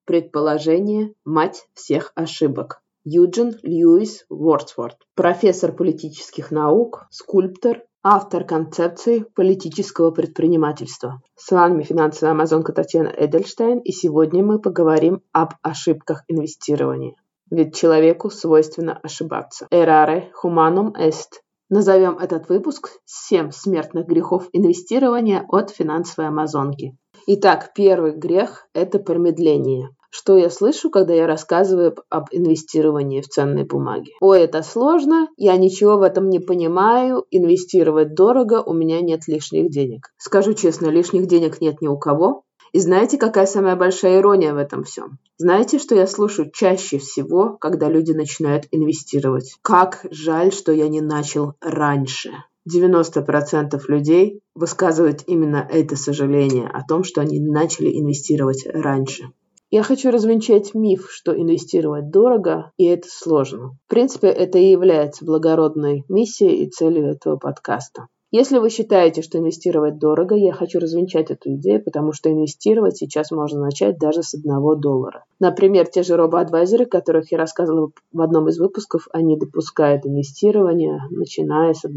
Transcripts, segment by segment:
Предположение – мать всех ошибок. Юджин Льюис Уордсворт, профессор политических наук, скульптор, автор концепции политического предпринимательства. С вами финансовая амазонка Татьяна Эдельштейн, и сегодня мы поговорим об ошибках инвестирования. Ведь человеку свойственно ошибаться. Errare humanum est. Назовем этот выпуск «7 смертных грехов инвестирования» от финансовой амазонки. Итак, первый грех – это промедление. Что я слышу, когда я рассказываю об инвестировании в ценные бумаги? Ой, это сложно, я ничего в этом не понимаю, инвестировать дорого, у меня нет лишних денег. Скажу честно, лишних денег нет ни у кого. И знаете, какая самая большая ирония в этом всем? Знаете, что я слышу чаще всего, когда люди начинают инвестировать? Как жаль, что я не начал раньше. 90% людей высказывают именно это сожаление о том, что они начали инвестировать раньше. Я хочу развенчать миф, что инвестировать дорого, и это сложно. В принципе, это и является благородной миссией и целью этого подкаста. Если вы считаете, что инвестировать дорого, я хочу развенчать эту идею, потому что инвестировать сейчас можно начать даже с $1. Например, те же робоадвайзеры, о которых я рассказывала в одном из выпусков, они допускают инвестирование, начиная с $1.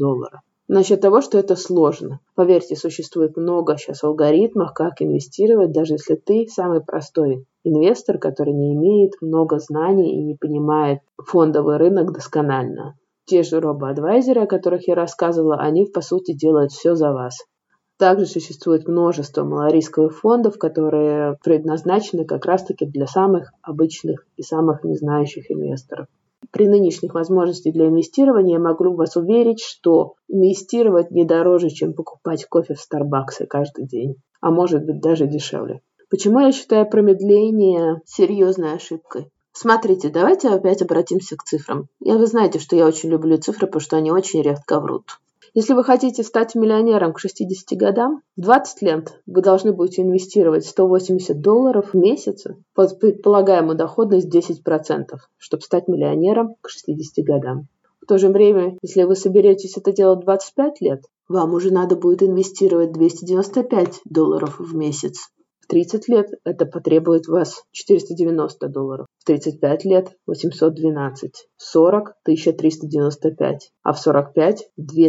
Насчет того, что это сложно. Поверьте, существует много сейчас алгоритмов, как инвестировать, даже если ты самый простой инвестор, который не имеет много знаний и не понимает фондовый рынок досконально. Те же робоадвайзеры, о которых я рассказывала, они, по сути, делают все за вас. Также существует множество малорисковых фондов, которые предназначены как раз-таки для самых обычных и самых незнающих инвесторов. При нынешних возможностях для инвестирования я могу вас уверить, что инвестировать не дороже, чем покупать кофе в Старбаксе каждый день, а может быть даже дешевле. Почему я считаю промедление серьезной ошибкой? Смотрите, давайте опять обратимся к цифрам. Вы знаете, что я очень люблю цифры, потому что они очень редко врут. Если вы хотите стать миллионером к 60 годам, в 20 лет вы должны будете инвестировать $180 в месяц под предполагаемую доходность 10%, чтобы стать миллионером к 60 годам. В то же время, если вы соберетесь это делать 25 лет, вам уже надо будет инвестировать $295 в месяц. В 30 лет это потребует вас $490, в 35 лет $812, в 40 $1395, а в 45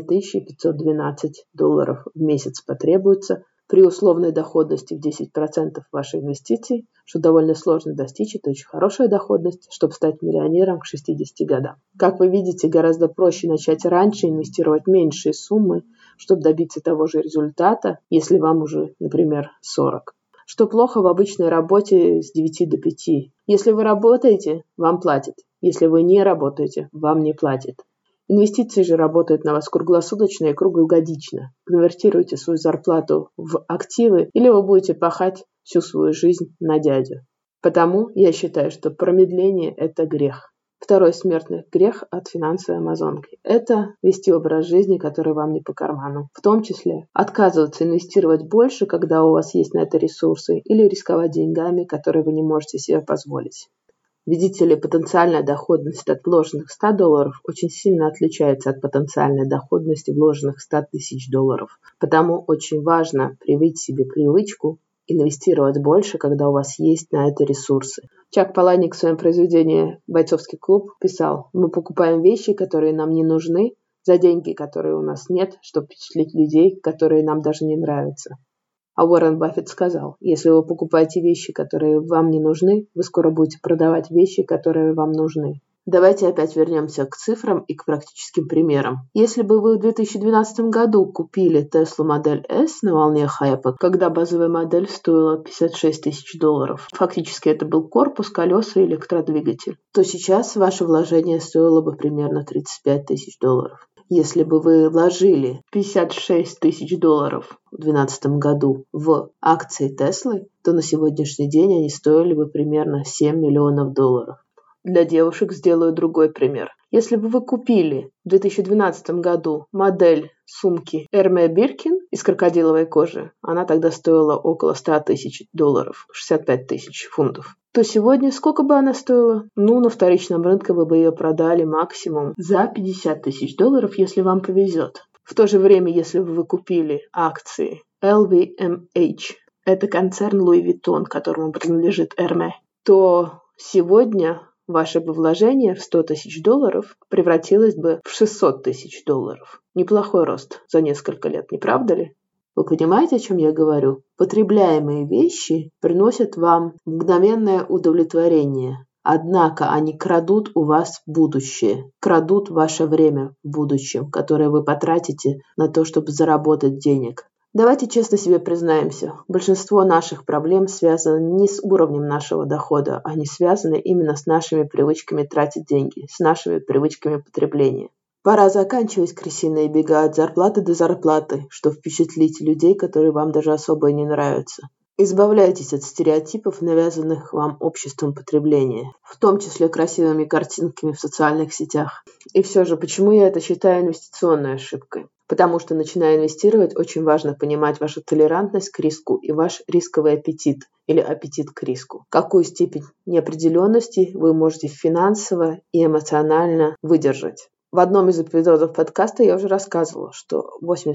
$2512 в месяц потребуется при условной доходности в 10% вашей инвестиций, что довольно сложно достичь, это очень хорошая доходность, чтобы стать миллионером к 60 годам. Как вы видите, гораздо проще начать раньше, инвестировать меньшие суммы, чтобы добиться того же результата, если вам уже, например, 40. Что плохо в обычной работе с 9 до 5. Если вы работаете, вам платят. Если вы не работаете, вам не платят. Инвестиции же работают на вас круглосуточно и круглогодично. Конвертируйте свою зарплату в активы, или вы будете пахать всю свою жизнь на дядю. Потому я считаю, что промедление – это грех. Второй смертный грех от финансовой амазонки – это вести образ жизни, который вам не по карману. В том числе отказываться инвестировать больше, когда у вас есть на это ресурсы, или рисковать деньгами, которые вы не можете себе позволить. Видите ли, потенциальная доходность от вложенных $100 очень сильно отличается от потенциальной доходности вложенных $100 000. Потому очень важно привить себе привычку инвестировать больше, когда у вас есть на это ресурсы. Чак Паланик в своем произведении «Бойцовский клуб» писал: «Мы покупаем вещи, которые нам не нужны, за деньги, которые у нас нет, чтобы впечатлить людей, которые нам даже не нравятся». А Уоррен Баффет сказал: если вы покупаете вещи, которые вам не нужны, вы скоро будете продавать вещи, которые вам нужны. Давайте опять вернемся к цифрам и к практическим примерам. Если бы вы в 2012 году купили Tesla Model S на волне хайпа, когда базовая модель стоила $56 000, фактически это был корпус, колеса и электродвигатель, то сейчас ваше вложение стоило бы примерно $35 000. Если бы вы вложили $56 000 в 2012 году в акции Tesla, то на сегодняшний день они стоили бы примерно $7 миллионов. Для девушек сделаю другой пример. Если бы вы купили в 2012 году модель сумки Hermès Birkin из крокодиловой кожи, она тогда стоила около $100 000, 65 000 фунтов, то сегодня сколько бы она стоила? На вторичном рынке вы бы ее продали максимум за $50 000, если вам повезет. В то же время, если бы вы купили акции LVMH это концерн Louis Vuitton, которому принадлежит Hermès, то сегодня ваше бы вложение в $100 000 превратилось бы в $600 000. Неплохой рост за несколько лет, не правда ли? Вы понимаете, о чем я говорю? Потребляемые вещи приносят вам мгновенное удовлетворение. Однако они крадут у вас будущее, крадут ваше время в будущем, которое вы потратите на то, чтобы заработать денег. Давайте честно себе признаемся, большинство наших проблем связано не с уровнем нашего дохода, они связаны именно с нашими привычками тратить деньги, с нашими привычками потребления. Пора заканчивать крысиные бега от зарплаты до зарплаты, чтобы впечатлить людей, которые вам даже особо и не нравятся. Избавляйтесь от стереотипов, навязанных вам обществом потребления, в том числе красивыми картинками в социальных сетях. И все же, почему я это считаю инвестиционной ошибкой? Потому что, начиная инвестировать, очень важно понимать вашу толерантность к риску и ваш рисковый аппетит или аппетит к риску. Какую степень неопределенности вы можете финансово и эмоционально выдержать. В одном из эпизодов подкаста я уже рассказывала, что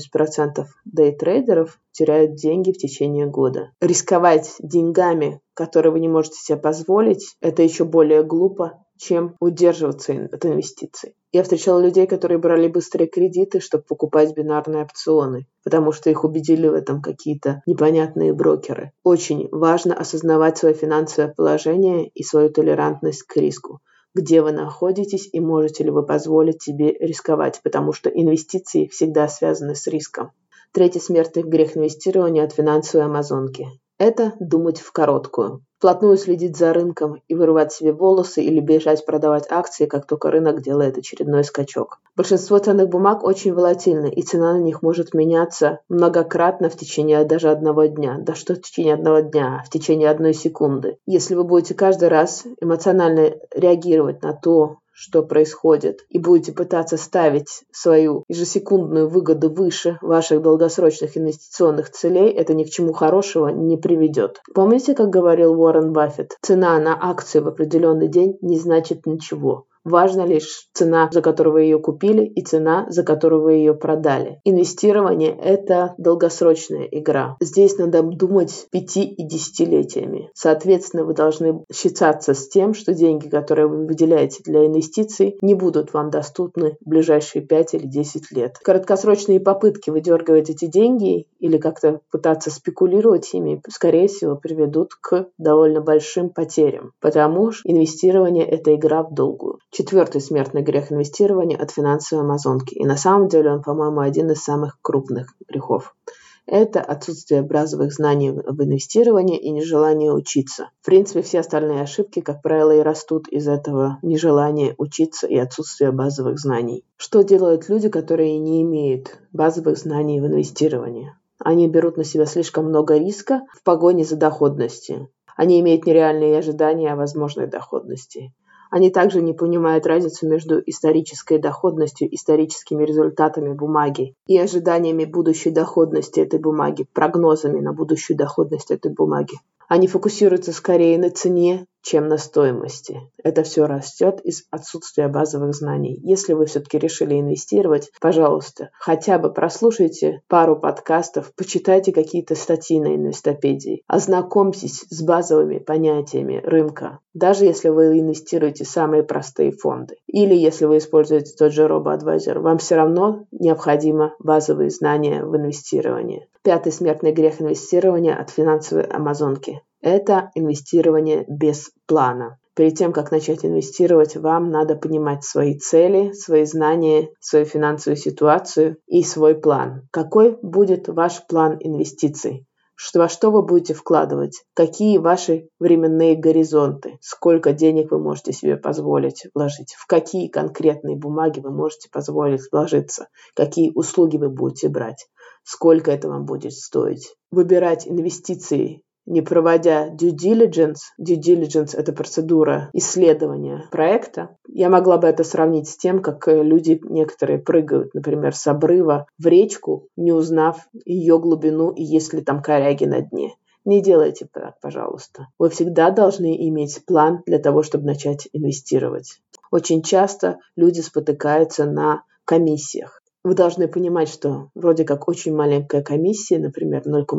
80% дейтрейдеров теряют деньги в течение года. Рисковать деньгами, которые вы не можете себе позволить, это еще более глупо, чем удерживаться от инвестиций. Я встречала людей, которые брали быстрые кредиты, чтобы покупать бинарные опционы, потому что их убедили в этом какие-то непонятные брокеры. Очень важно осознавать свое финансовое положение и свою толерантность к риску. Где вы находитесь и можете ли вы позволить себе рисковать, потому что инвестиции всегда связаны с риском. Третий смертный грех инвестирования от финансовой амазонки – это думать в короткую. Вплотную следить за рынком и вырывать себе волосы или бежать продавать акции, как только рынок делает очередной скачок. Большинство ценных бумаг очень волатильны, и цена на них может меняться многократно в течение даже одного дня. Да что в течение одного дня, в течение 1 секунды. Если вы будете каждый раз эмоционально реагировать на то, что происходит, и будете пытаться ставить свою ежесекундную выгоду выше ваших долгосрочных инвестиционных целей, это ни к чему хорошего не приведет. Помните, как говорил Уоррен Баффет, цена на акцию в определенный день не значит ничего. Важна лишь цена, за которую вы ее купили, и цена, за которую вы ее продали. Инвестирование – это долгосрочная игра. Здесь надо думать 5 и 10-летиями. Соответственно, вы должны считаться с тем, что деньги, которые вы выделяете для инвестиций, не будут вам доступны в ближайшие 5 или 10 лет. Краткосрочные попытки выдергивать эти деньги или как-то пытаться спекулировать ими, скорее всего, приведут к довольно большим потерям, потому что инвестирование – это игра в долгую. 4-й смертный грех инвестирования от финансовой амазонки. И на самом деле он, по-моему, один из самых крупных грехов. Это отсутствие базовых знаний об инвестировании и нежелание учиться. В принципе, все остальные ошибки, как правило, и растут из этого нежелания учиться и отсутствия базовых знаний. Что делают люди, которые не имеют базовых знаний в инвестировании? Они берут на себя слишком много риска в погоне за доходностью. Они имеют нереальные ожидания о возможной доходности. Они также не понимают разницу между исторической доходностью, историческими результатами бумаги и ожиданиями будущей доходности этой бумаги, прогнозами на будущую доходность этой бумаги. Они фокусируются скорее на цене, чем на стоимости. Это все растет из отсутствия базовых знаний. Если вы все-таки решили инвестировать, пожалуйста, хотя бы прослушайте пару подкастов, почитайте какие-то статьи на Инвестопедии, ознакомьтесь с базовыми понятиями рынка, даже если вы инвестируете в самые простые фонды. Или если вы используете тот же RoboAdvisor, вам все равно необходимо базовые знания в инвестировании. 5-й смертный грех инвестирования от финансовой амазонки – это инвестирование без плана. Перед тем, как начать инвестировать, вам надо понимать свои цели, свои знания, свою финансовую ситуацию и свой план. Какой будет ваш план инвестиций? Во что вы будете вкладывать? Какие ваши временные горизонты? Сколько денег вы можете себе позволить вложить? В какие конкретные бумаги вы можете позволить вложиться? Какие услуги вы будете брать? Сколько это вам будет стоить? Выбирать инвестиции, не проводя due diligence. Due diligence – это процедура исследования проекта. Я могла бы это сравнить с тем, как люди некоторые прыгают, например, с обрыва в речку, не узнав ее глубину и есть ли там коряги на дне. Не делайте так, пожалуйста. Вы всегда должны иметь план для того, чтобы начать инвестировать. Очень часто люди спотыкаются на комиссиях. Вы должны понимать, что вроде как очень маленькая комиссия, например,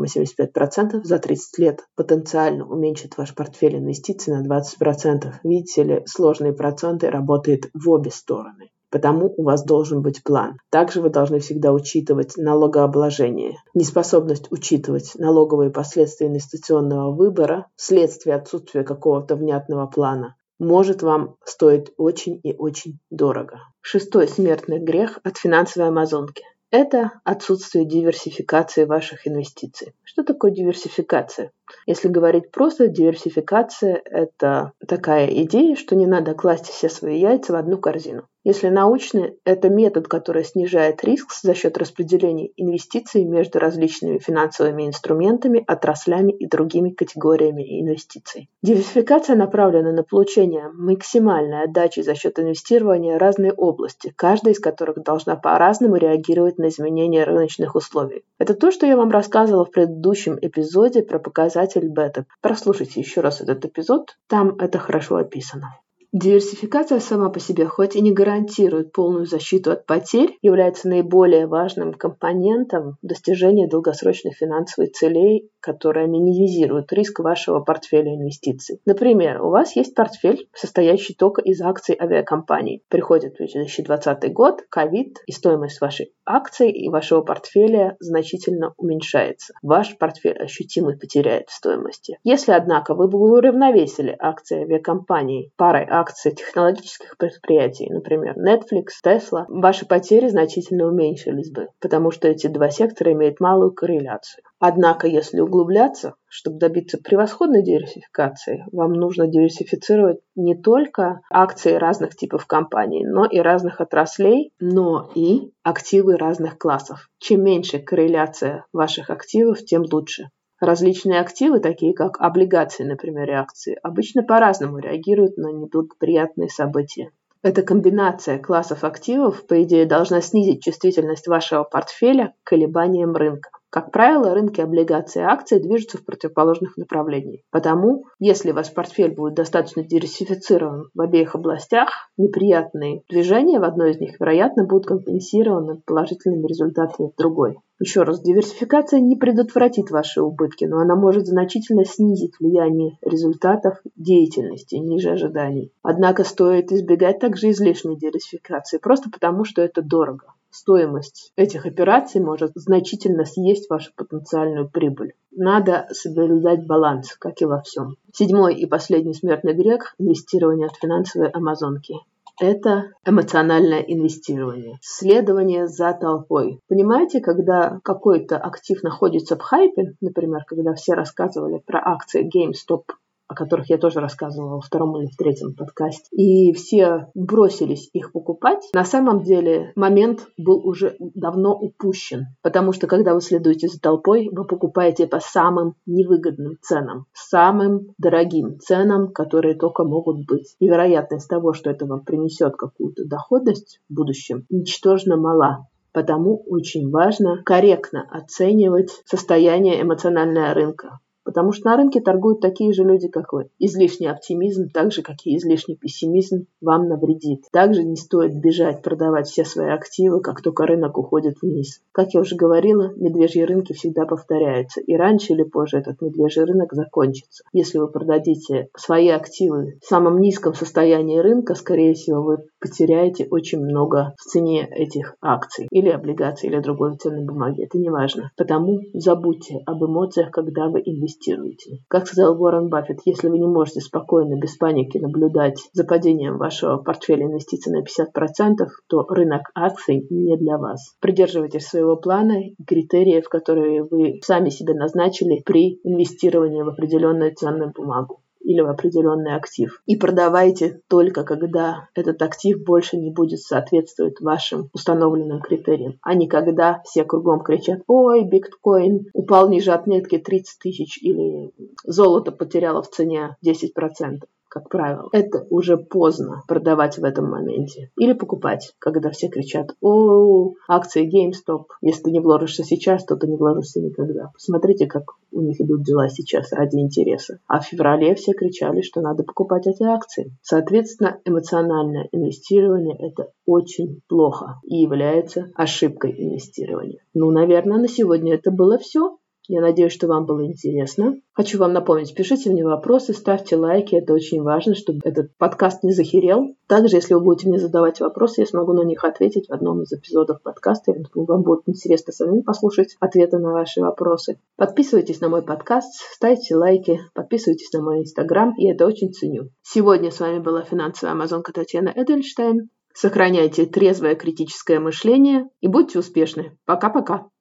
0,75% за 30 лет потенциально уменьшит ваш портфель инвестиций на 20%. Видите ли, сложные проценты работают в обе стороны. Потому у вас должен быть план. Также вы должны всегда учитывать налогообложение. Неспособность учитывать налоговые последствия инвестиционного выбора вследствие отсутствия какого-то внятного плана может вам стоить очень и очень дорого. 6-й смертный грех от финансовой амазонки. Это отсутствие диверсификации ваших инвестиций. Что такое диверсификация? Если говорить просто, диверсификация – это такая идея, что не надо класть все свои яйца в одну корзину. Если научно, это метод, который снижает риск за счет распределения инвестиций между различными финансовыми инструментами, отраслями и другими категориями инвестиций. Диверсификация направлена на получение максимальной отдачи за счет инвестирования в разные области, каждая из которых должна по-разному реагировать на изменения рыночных условий. Это то, что я вам рассказывала в предыдущем эпизоде про показатель бета. Прослушайте еще раз этот эпизод, там это хорошо описано. Диверсификация сама по себе, хоть и не гарантирует полную защиту от потерь, является наиболее важным компонентом достижения долгосрочных финансовых целей, которые минимизируют риск вашего портфеля инвестиций. Например, у вас есть портфель, состоящий только из акций авиакомпаний. Приходит 2020 год, ковид, и стоимость вашей акций и вашего портфеля значительно уменьшается. Ваш портфель ощутимо потеряет в стоимости. Если, однако, вы бы уравновесили акции авиакомпаний парой акций технологических предприятий, например, Netflix, Tesla, ваши потери значительно уменьшились бы, потому что эти два сектора имеют малую корреляцию. Однако, если углубляться, чтобы добиться превосходной диверсификации, вам нужно диверсифицировать не только акции разных типов компаний, но и разных отраслей, но и активы разных классов. Чем меньше корреляция ваших активов, тем лучше. Различные активы, такие как облигации, например, и акции, обычно по-разному реагируют на неблагоприятные события. Эта комбинация классов активов, по идее, должна снизить чувствительность вашего портфеля к колебаниям рынка. Как правило, рынки облигаций и акций движутся в противоположных направлениях. Потому, если ваш портфель будет достаточно диверсифицирован в обеих областях, неприятные движения в одной из них, вероятно, будут компенсированы положительными результатами в другой. Еще раз, диверсификация не предотвратит ваши убытки, но она может значительно снизить влияние результатов деятельности ниже ожиданий. Однако стоит избегать также излишней диверсификации, просто потому, что это дорого. Стоимость этих операций может значительно съесть вашу потенциальную прибыль. Надо соблюдать баланс, как и во всем. 7-й и последний смертный грех – инвестирование от финансовой амазонки. Это эмоциональное инвестирование. Следование за толпой. Понимаете, когда какой-то актив находится в хайпе, например, когда все рассказывали про акции GameStop, о которых я тоже рассказывала во 2-м или в 3-м подкасте, и все бросились их покупать, на самом деле момент был уже давно упущен, потому что когда вы следуете за толпой, вы покупаете по самым невыгодным ценам, самым дорогим ценам, которые только могут быть. И вероятность того, что это вам принесет какую-то доходность в будущем, ничтожно мала. Потому очень важно корректно оценивать состояние эмоционального рынка. Потому что на рынке торгуют такие же люди, как вы. Излишний оптимизм, так же, как и излишний пессимизм, вам навредит. Также не стоит бежать продавать все свои активы, как только рынок уходит вниз. Как я уже говорила, медвежьи рынки всегда повторяются. И раньше или позже этот медвежий рынок закончится. Если вы продадите свои активы в самом низком состоянии рынка, скорее всего, вы потеряете очень много в цене этих акций или облигаций, или другой ценной бумаги. Это не важно. Потому забудьте об эмоциях, когда вы инвестируете. Как сказал Уоррен Баффет, если вы не можете спокойно, без паники наблюдать за падением вашего портфеля инвестиций на 50%, то рынок акций не для вас. Придерживайтесь своего плана и критериев, которые вы сами себе назначили при инвестировании в определенную ценную бумагу или в определенный актив. И продавайте только, когда этот актив больше не будет соответствовать вашим установленным критериям, а не когда все кругом кричат: «Ой, биткоин упал ниже отметки 30 тысяч» или «золото потеряло в цене 10%». как правило. Это уже поздно продавать в этом моменте. Или покупать, когда все кричат: «О, акции GameStop, если ты не вложишься сейчас, то ты не вложишься никогда». Посмотрите, как у них идут дела сейчас ради интереса. А в феврале все кричали, что надо покупать эти акции. Соответственно, эмоциональное инвестирование – это очень плохо и является ошибкой инвестирования. Наверное, на сегодня это было все. Я надеюсь, что вам было интересно. Хочу вам напомнить, пишите мне вопросы, ставьте лайки. Это очень важно, чтобы этот подкаст не захерел. Также, если вы будете мне задавать вопросы, я смогу на них ответить в одном из эпизодов подкаста. Я думаю, вам будет интересно самим послушать ответы на ваши вопросы. Подписывайтесь на мой подкаст, ставьте лайки, подписывайтесь на мой инстаграм. Я это очень ценю. Сегодня с вами была финансовая амазонка Татьяна Эдельштейн. Сохраняйте трезвое критическое мышление и будьте успешны. Пока-пока.